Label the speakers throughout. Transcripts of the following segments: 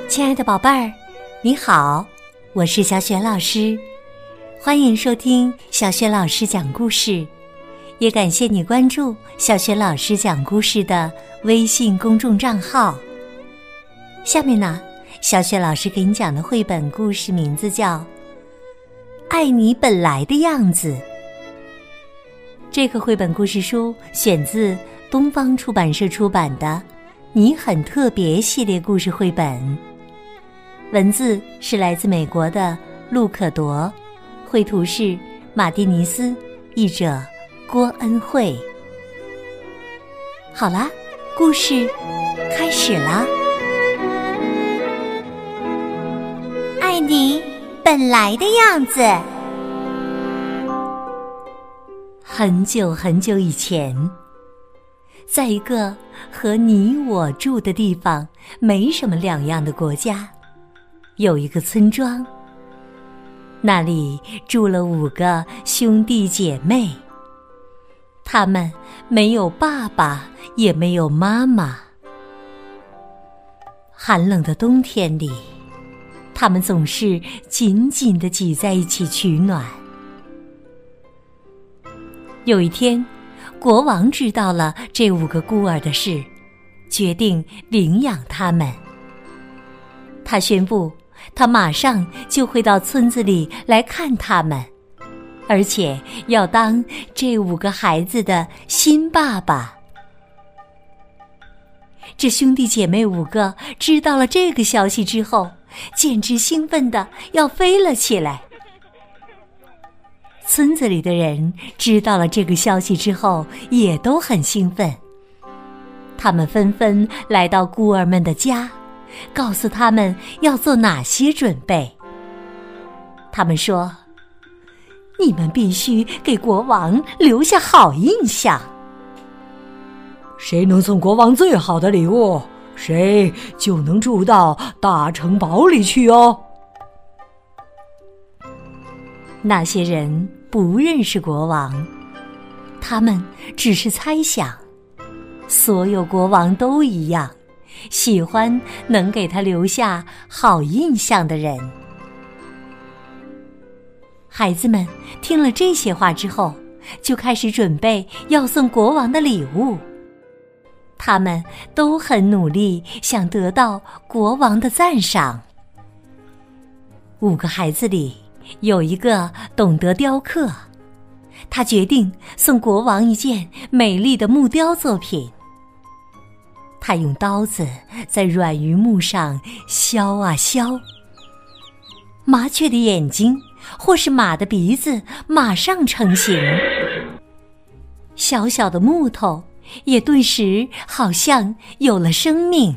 Speaker 1: 亲爱的宝贝儿，你好，我是小雪老师，欢迎收听小雪老师讲故事，也感谢你关注小雪老师讲故事的微信公众账号。下面呢，小雪老师给你讲的绘本故事名字叫《爱你本来的样子》。这个绘本故事书选自东方出版社出版的《你很特别》系列故事绘本，文字是来自美国的陆可铎，绘图是马蒂尼斯，译者郭恩惠。好啦，故事开始啦。
Speaker 2: 爱你本来的样子。
Speaker 1: 很久很久以前，在一个和你我住的地方没什么两样的国家，有一个村庄，那里住了5个兄弟姐妹，他们没有爸爸，也没有妈妈。寒冷的冬天里，他们总是紧紧地挤在一起取暖。有一天，国王知道了这5个孤儿的事，决定领养他们。他宣布，他马上就会到村子里来看他们，而且要当这5个孩子的新爸爸。这兄弟姐妹5个知道了这个消息之后，简直兴奋得要飞了起来。村子里的人知道了这个消息之后，也都很兴奋。他们纷纷来到孤儿们的家，告诉他们要做哪些准备。他们说，你们必须给国王留下好印象。
Speaker 3: 谁能送国王最好的礼物，谁就能住到大城堡里去哦。
Speaker 1: 那些人不认识国王，他们只是猜想，所有国王都一样，喜欢能给他留下好印象的人。孩子们听了这些话之后，就开始准备要送国王的礼物。他们都很努力，想得到国王的赞赏。5个孩子里，有一个懂得雕刻，他决定送国王一件美丽的木雕作品。他用刀子在软榆木上削啊削，麻雀的眼睛或是马的鼻子马上成型，小小的木头也顿时好像有了生命。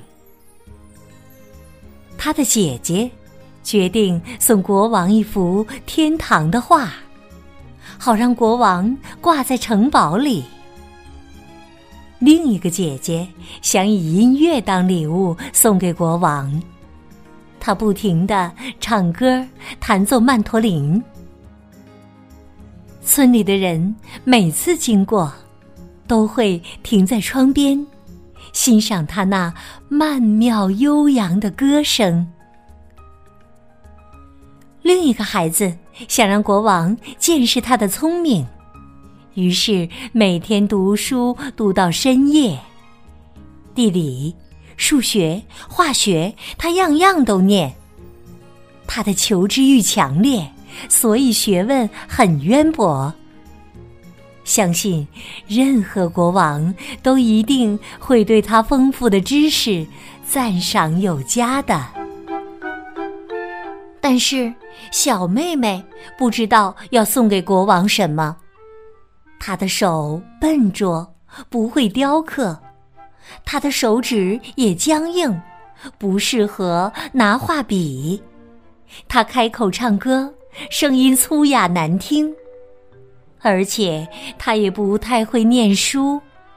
Speaker 1: 他的姐姐决定送国王一幅天堂的画，好让国王挂在城堡里。另一个姐姐想以音乐当礼物送给国王，她不停地唱歌，弹奏曼陀林。村里的人每次经过，都会停在窗边，欣赏她那曼妙悠扬的歌声。另一个孩子想让国王见识他的聪明，于是每天读书读到深夜。地理、数学、化学，他样样都念。他的求知欲强烈，所以学问很渊博。相信任何国王都一定会对他丰富的知识赞赏有加的。但是小妹妹不知道要送给国王什么，她的手笨拙，不会雕刻，她的手指也僵硬，不适合拿画笔。她开口唱歌，声音粗哑难听，而且她也不太会念书。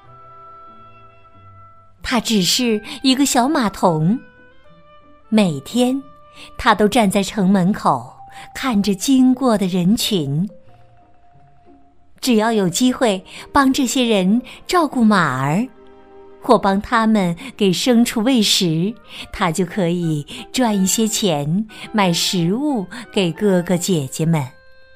Speaker 1: 她只是一个小马童，每天她都站在城门口，看着经过的人群。只要有机会帮这些人照顾马儿， 或帮他们给牲畜喂食，他就可以赚一些钱买食物给哥哥姐姐们。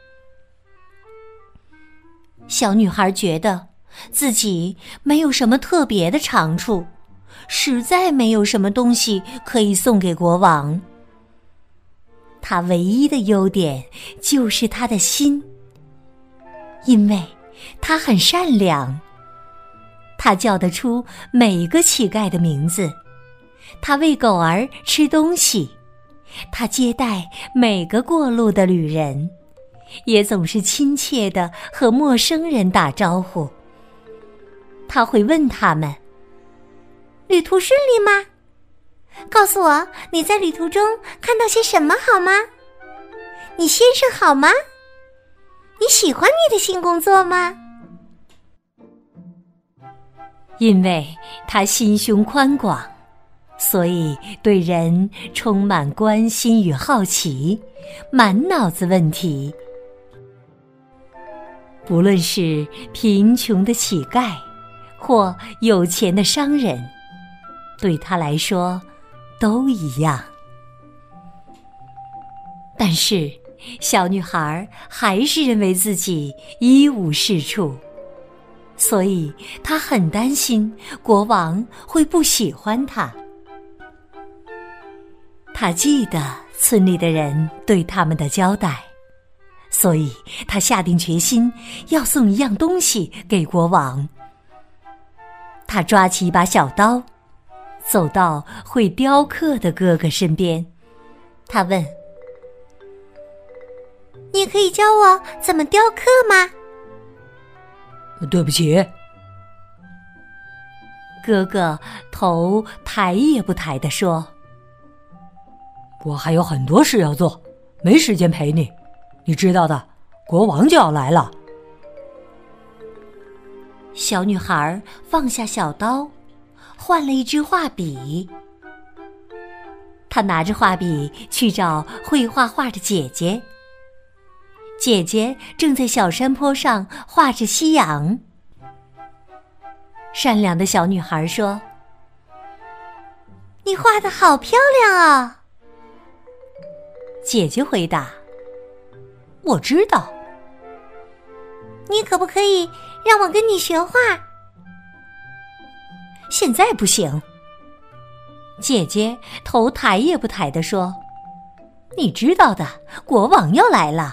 Speaker 1: 小女孩觉得自己没有什么特别的长处，实在没有什么东西可以送给国王。她唯一的优点就是她的心，因为她很善良。她叫得出每个乞丐的名字，她喂狗儿吃东西，她接待每个过路的旅人，也总是亲切地和陌生人打招呼。她会问他们：
Speaker 2: 旅途顺利吗？告诉我你在旅途中看到些什么好吗？你先生好吗？你喜欢你的新工作吗？
Speaker 1: 因为他心胸宽广，所以对人充满关心与好奇，满脑子问题。不论是贫穷的乞丐或有钱的商人，对他来说都一样。但是小女孩还是认为自己一无是处，所以她很担心国王会不喜欢她。她记得村里的人对他们的交代，所以她下定决心要送一样东西给国王。她抓起一把小刀，走到会雕刻的哥哥身边，她问：
Speaker 2: 你可以教我怎么雕刻吗？
Speaker 3: 对不起。
Speaker 1: 哥哥头抬也不抬地说：
Speaker 3: 我还有很多事要做，没时间陪你。你知道的，国王就要来了。
Speaker 1: 小女孩放下小刀，换了一支画笔。她拿着画笔去找会画画的姐姐。姐姐正在小山坡上画着夕阳。善良的小女孩说：
Speaker 2: 你画得好漂亮啊！
Speaker 1: 姐姐回答：我知道。
Speaker 2: 你可不可以让我跟你学画？
Speaker 1: 现在不行。姐姐头抬也不抬地说：你知道的，国王要来了。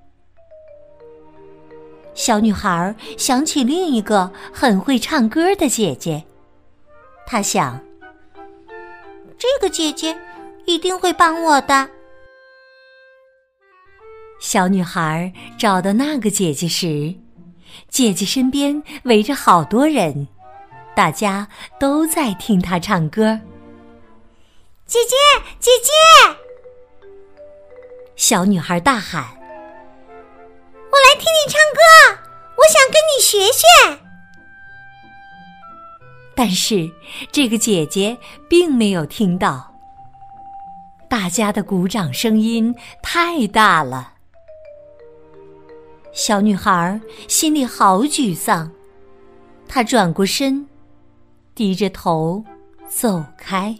Speaker 1: 小女孩想起另一个很会唱歌的姐姐，她想，
Speaker 2: 这个姐姐一定会帮我的。
Speaker 1: 小女孩找到那个姐姐时，姐姐身边围着好多人，大家都在听她唱歌。
Speaker 2: 姐姐，姐姐！
Speaker 1: 小女孩大喊：
Speaker 2: 我来听你唱歌，我想跟你学学。
Speaker 1: 但是这个姐姐并没有听到，大家的鼓掌声音太大了。小女孩心里好沮丧，她转过身，低着头走开。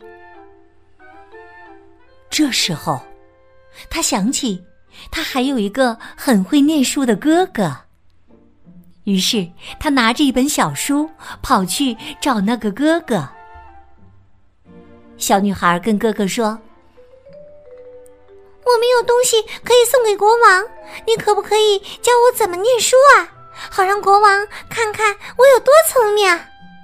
Speaker 1: 这时候，她想起她还有一个很会念书的哥哥，于是她拿着一本小书跑去找那个哥哥。小女孩跟哥哥说：
Speaker 2: 我没有东西可以送给国王，你可不可以教我怎么念书啊？好让国王看看我有多聪明。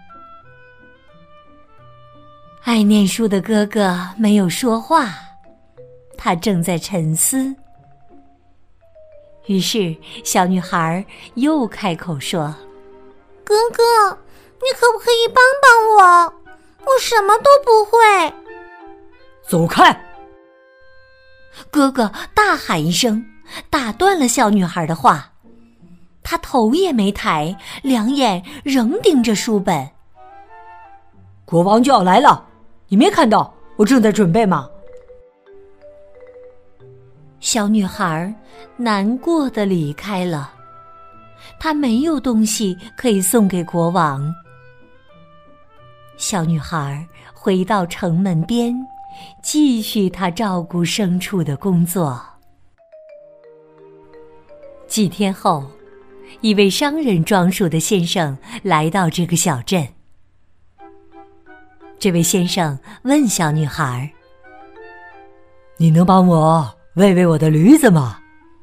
Speaker 1: 爱念书的哥哥没有说话，他正在沉思。于是小女孩又开口说：
Speaker 2: 哥哥，你可不可以帮帮我？我什么都不会。
Speaker 3: 走开！
Speaker 1: 哥哥大喊一声，打断了小女孩的话。他头也没抬，两眼仍盯着书本。
Speaker 3: 国王就要来了，你没看到我正在准备吗？
Speaker 1: 小女孩难过地离开了，她没有东西可以送给国王。 小女孩回到城门边，继续她照顾牲畜的工作。几天后，一位商人装束的先生来到这个小镇。这位先生问小女孩：“
Speaker 3: 你能帮我喂喂我的驴子吗？”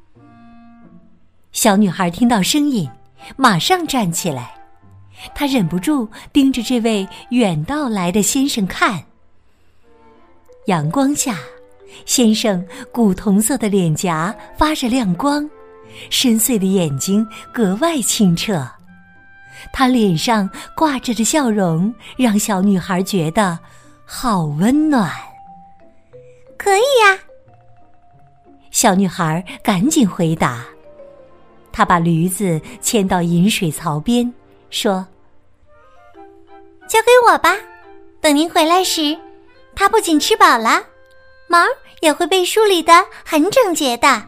Speaker 1: 小女孩听到声音，马上站起来。她忍不住盯着这位远道来的先生看。阳光下，先生古铜色的脸颊发着亮光，深邃的眼睛格外清澈。他脸上挂着的笑容让小女孩觉得好温暖。
Speaker 2: 可以呀，
Speaker 1: 小女孩赶紧回答。她把驴子牵到饮水槽边，说：“
Speaker 2: 交给我吧，等您回来时，它不仅吃饱了，毛也会被梳理得很整洁的。”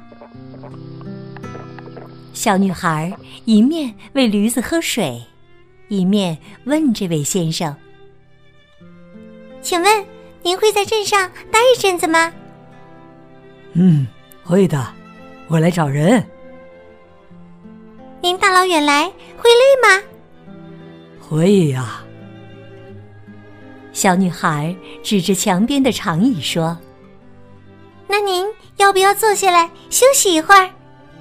Speaker 1: 小女孩一面喂驴子喝水，一面问这位先生：“
Speaker 2: 请问您会在镇上待一阵子吗？”“
Speaker 3: 会的，我来找人。”“
Speaker 2: 您大老远来会累吗？”“
Speaker 3: 会呀。”
Speaker 1: 小女孩指着墙边的长椅说：“
Speaker 2: 那您要不要坐下来休息一会儿？”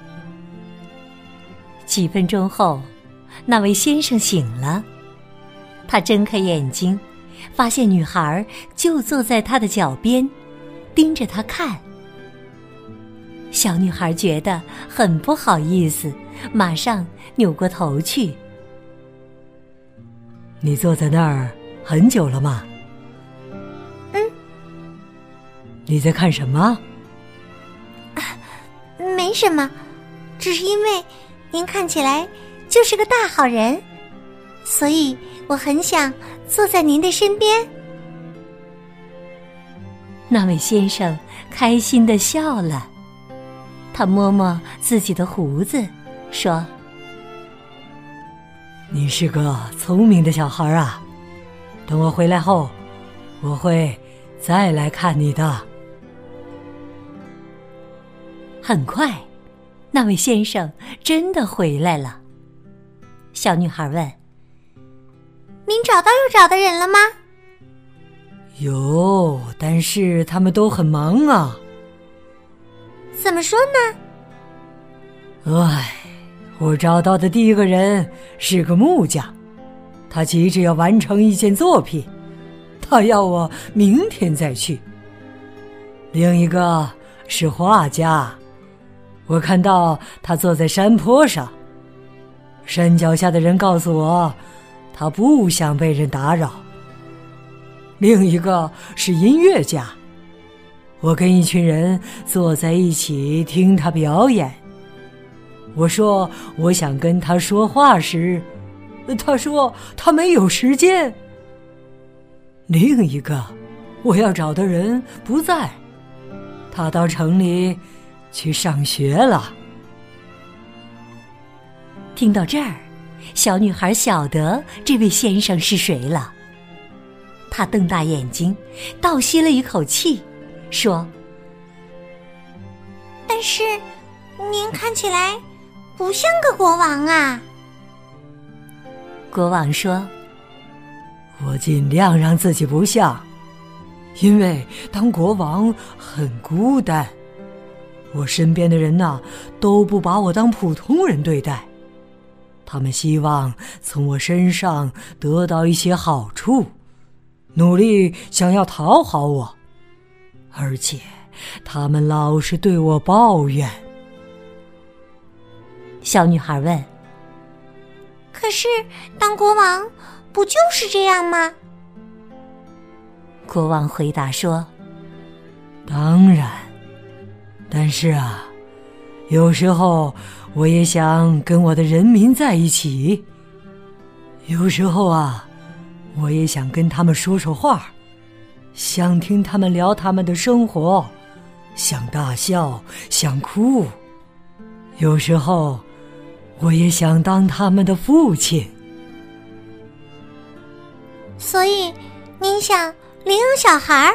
Speaker 1: 几分钟后，那位先生醒了。他睁开眼睛，发现女孩就坐在他的脚边，盯着他看。小女孩觉得很不好意思，马上扭过头去。
Speaker 3: “你坐在那儿很久了吗？”“你在看什么？”“
Speaker 2: 没什么，只是因为您看起来就是个大好人，所以我很想坐在您的身边。”
Speaker 1: 那位先生开心地笑了，他摸摸自己的胡子，说：“
Speaker 3: 你是个聪明的小孩啊，等我回来后，我会再来看你的。”
Speaker 1: 很快，那位先生真的回来了。小女孩问：“
Speaker 2: 您找到要找的人了吗？”“
Speaker 3: 有，但是他们都很忙啊。”“
Speaker 2: 怎么说呢？”“
Speaker 3: 我找到的第一个人是个木匠，他急着要完成一件作品，他要我明天再去。另一个是画家，我看到他坐在山坡上，山脚下的人告诉我，他不想被人打扰。另一个是音乐家，我跟一群人坐在一起听他表演。我说我想跟他说话时，他说他没有时间。另一个我要找的人不在，他到城里去上学了。”
Speaker 1: 听到这儿，小女孩晓得这位先生是谁了。她瞪大眼睛，倒吸了一口气，说：“
Speaker 2: 但是您看起来不像个国王啊。”
Speaker 1: 国王说：“
Speaker 3: 我尽量让自己不像，因为当国王很孤单。我身边的人呐，都不把我当普通人对待，他们希望从我身上得到一些好处，努力想要讨好我，而且他们老是对我抱怨。”
Speaker 1: 小女孩问：“
Speaker 2: 可是当国王不就是这样吗？”
Speaker 1: 国王回答说：“
Speaker 3: 当然，但是啊，有时候我也想跟我的人民在一起，有时候啊，我也想跟他们说说话，想听他们聊他们的生活，想大笑，想哭。有时候我也想当他们的父亲。”
Speaker 2: 所以您想领养小孩？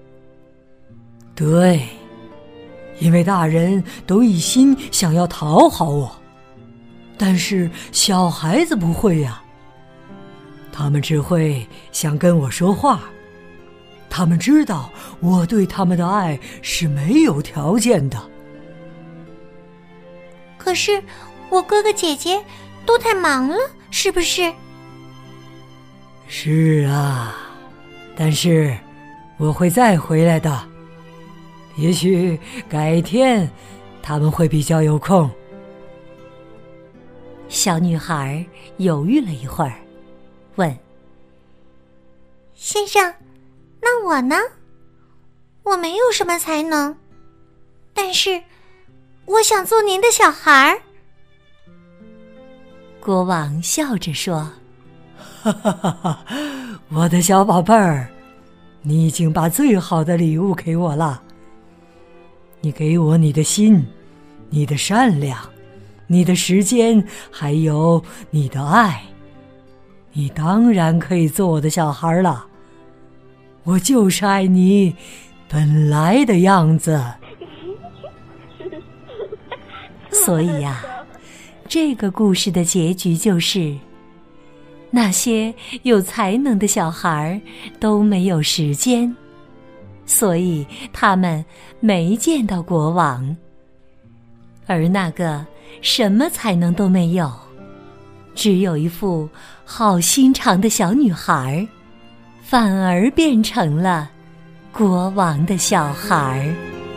Speaker 3: 对，因为大人都一心想要讨好我，但是小孩子不会呀。他们只会想跟我说话，他们知道我对他们的爱是没有条件的。
Speaker 2: 可是我哥哥姐姐都太忙了，是不是？
Speaker 3: 是啊，但是我会再回来的。也许改天他们会比较有空。
Speaker 1: 小女孩犹豫了一会儿，问：
Speaker 2: 先生，那我呢？我没有什么才能，但是我想做您的小孩。
Speaker 1: 国王笑着说：
Speaker 3: 哈哈哈哈，我的小宝贝儿，你已经把最好的礼物给我了。你给我你的心，你的善良，你的时间，还有你的爱。你当然可以做我的小孩了。我就是爱你本来的样子。
Speaker 1: 所以啊，这个故事的结局就是，那些有才能的小孩都没有时间，所以他们没见到国王。而那个什么才能都没有，只有一副好心肠的小女孩，反而变成了国王的小孩。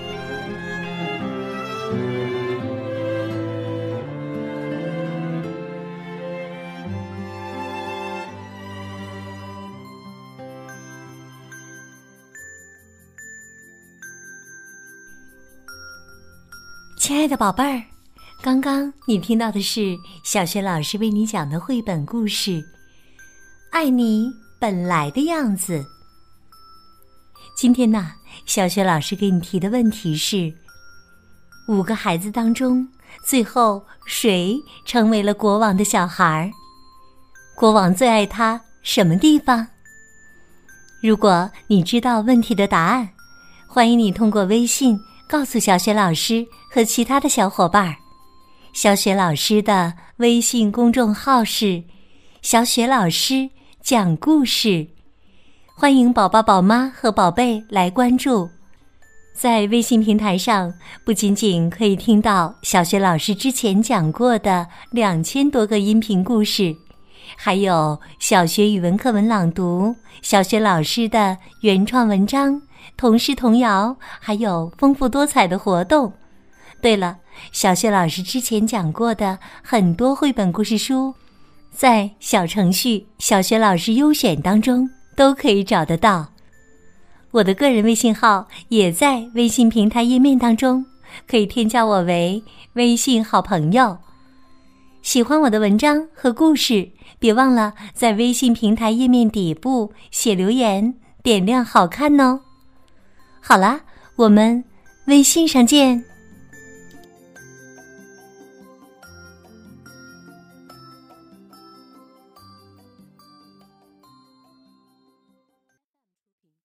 Speaker 1: 亲爱的宝贝儿，刚刚你听到的是小学老师为你讲的绘本故事《爱你本来的样子》。今天呢，小学老师给你提的问题是：5个孩子当中，最后谁成为了国王的小孩？国王最爱他什么地方？如果你知道问题的答案，欢迎你通过微信告诉小雪老师和其他的小伙伴。小雪老师的微信公众号是小雪老师讲故事，欢迎宝宝、宝妈和宝贝来关注。在微信平台上，不仅仅可以听到小雪老师之前讲过的2000多个音频故事，还有小学语文课文朗读、小雪老师的原创文章、童诗童谣，还有丰富多彩的活动。对了，小雪老师之前讲过的很多绘本故事书，在小程序小学老师优选当中都可以找得到。我的个人微信号也在微信平台页面当中，可以添加我为微信好朋友。喜欢我的文章和故事，别忘了在微信平台页面底部写留言，点亮好看哦。好啦，我们微信上见。